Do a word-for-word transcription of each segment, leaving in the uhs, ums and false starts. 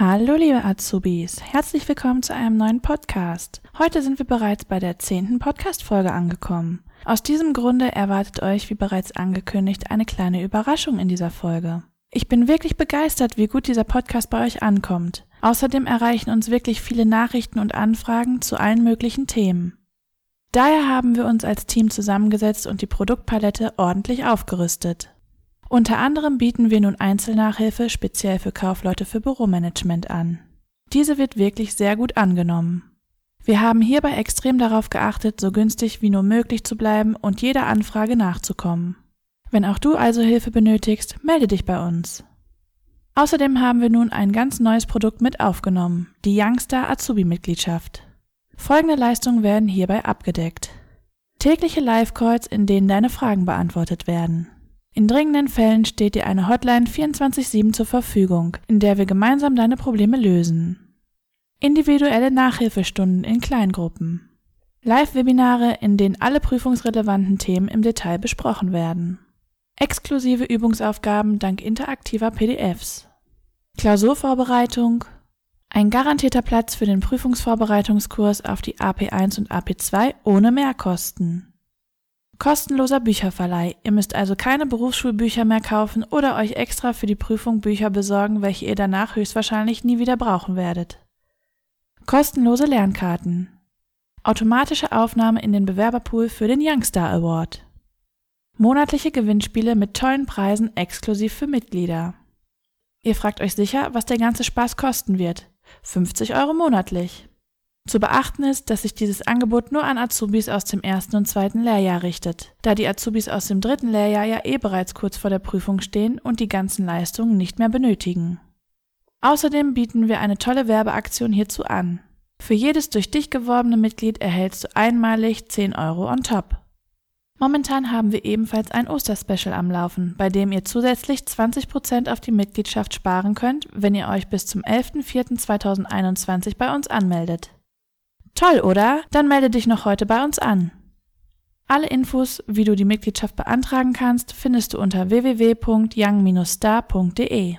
Hallo liebe Azubis, herzlich willkommen zu einem neuen Podcast. Heute sind wir bereits bei der zehnten Podcast-Folge angekommen. Aus diesem Grunde erwartet euch, wie bereits angekündigt, eine kleine Überraschung in dieser Folge. Ich bin wirklich begeistert, wie gut dieser Podcast bei euch ankommt. Außerdem erreichen uns wirklich viele Nachrichten und Anfragen zu allen möglichen Themen. Daher haben wir uns als Team zusammengesetzt und die Produktpalette ordentlich aufgerüstet. Unter anderem bieten wir nun Einzelnachhilfe speziell für Kaufleute für Büromanagement an. Diese wird wirklich sehr gut angenommen. Wir haben hierbei extrem darauf geachtet, so günstig wie nur möglich zu bleiben und jeder Anfrage nachzukommen. Wenn auch du also Hilfe benötigst, melde dich bei uns. Außerdem haben wir nun ein ganz neues Produkt mit aufgenommen, die Youngstar Azubi-Mitgliedschaft. Folgende Leistungen werden hierbei abgedeckt. Tägliche Live-Calls, in denen deine Fragen beantwortet werden. In dringenden Fällen steht dir eine Hotline vierundzwanzig sieben zur Verfügung, in der wir gemeinsam deine Probleme lösen. Individuelle Nachhilfestunden in Kleingruppen. Live-Webinare, in denen alle prüfungsrelevanten Themen im Detail besprochen werden. Exklusive Übungsaufgaben dank interaktiver P D Fs. Klausurvorbereitung. Ein garantierter Platz für den Prüfungsvorbereitungskurs auf die A P eins und A P zwei ohne Mehrkosten. Kostenloser Bücherverleih. Ihr müsst also keine Berufsschulbücher mehr kaufen oder euch extra für die Prüfung Bücher besorgen, welche ihr danach höchstwahrscheinlich nie wieder brauchen werdet. Kostenlose Lernkarten. Automatische Aufnahme in den Bewerberpool für den Youngstar Award. Monatliche Gewinnspiele mit tollen Preisen exklusiv für Mitglieder. Ihr fragt euch sicher, was der ganze Spaß kosten wird. fünfzig Euro monatlich. Zu beachten ist, dass sich dieses Angebot nur an Azubis aus dem ersten und zweiten Lehrjahr richtet, da die Azubis aus dem dritten Lehrjahr ja eh bereits kurz vor der Prüfung stehen und die ganzen Leistungen nicht mehr benötigen. Außerdem bieten wir eine tolle Werbeaktion hierzu an. Für jedes durch dich geworbene Mitglied erhältst du einmalig zehn Euro on top. Momentan haben wir ebenfalls ein Osterspecial am Laufen, bei dem ihr zusätzlich zwanzig Prozent auf die Mitgliedschaft sparen könnt, wenn ihr euch bis zum elften vierten zweitausendeinundzwanzig bei uns anmeldet. Toll, oder? Dann melde dich noch heute bei uns an. Alle Infos, wie du die Mitgliedschaft beantragen kannst, findest du unter w w w punkt young Bindestrich star punkt d e.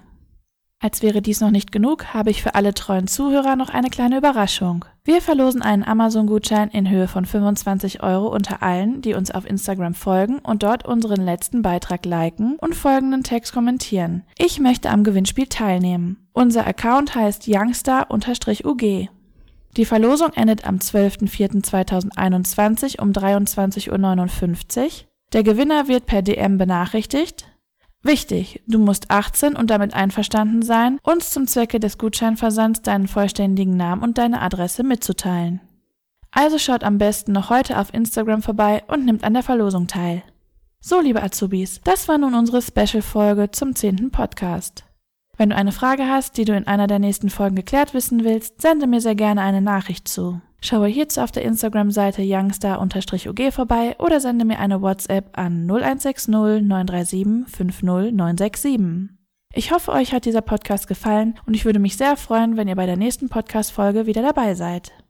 Als wäre dies noch nicht genug, habe ich für alle treuen Zuhörer noch eine kleine Überraschung. Wir verlosen einen Amazon-Gutschein in Höhe von fünfundzwanzig Euro unter allen, die uns auf Instagram folgen und dort unseren letzten Beitrag liken und folgenden Text kommentieren. Ich möchte am Gewinnspiel teilnehmen. Unser Account heißt youngstar U G. Die Verlosung endet am zwölften vierten zweitausendeinundzwanzig um dreiundzwanzig Uhr neunundfünfzig. Der Gewinner wird per D M benachrichtigt. Wichtig, du musst achtzehn und damit einverstanden sein, uns zum Zwecke des Gutscheinversands deinen vollständigen Namen und deine Adresse mitzuteilen. Also schaut am besten noch heute auf Instagram vorbei und nimmt an der Verlosung teil. So, liebe Azubis, das war nun unsere Special-Folge zum zehnten Podcast. Wenn du eine Frage hast, die du in einer der nächsten Folgen geklärt wissen willst, sende mir sehr gerne eine Nachricht zu. Schaue hierzu auf der Instagram-Seite youngstar U G vorbei oder sende mir eine WhatsApp an null eins sechs null neun drei sieben fünf null neun sechs sieben. Ich hoffe, euch hat dieser Podcast gefallen und ich würde mich sehr freuen, wenn ihr bei der nächsten Podcast-Folge wieder dabei seid.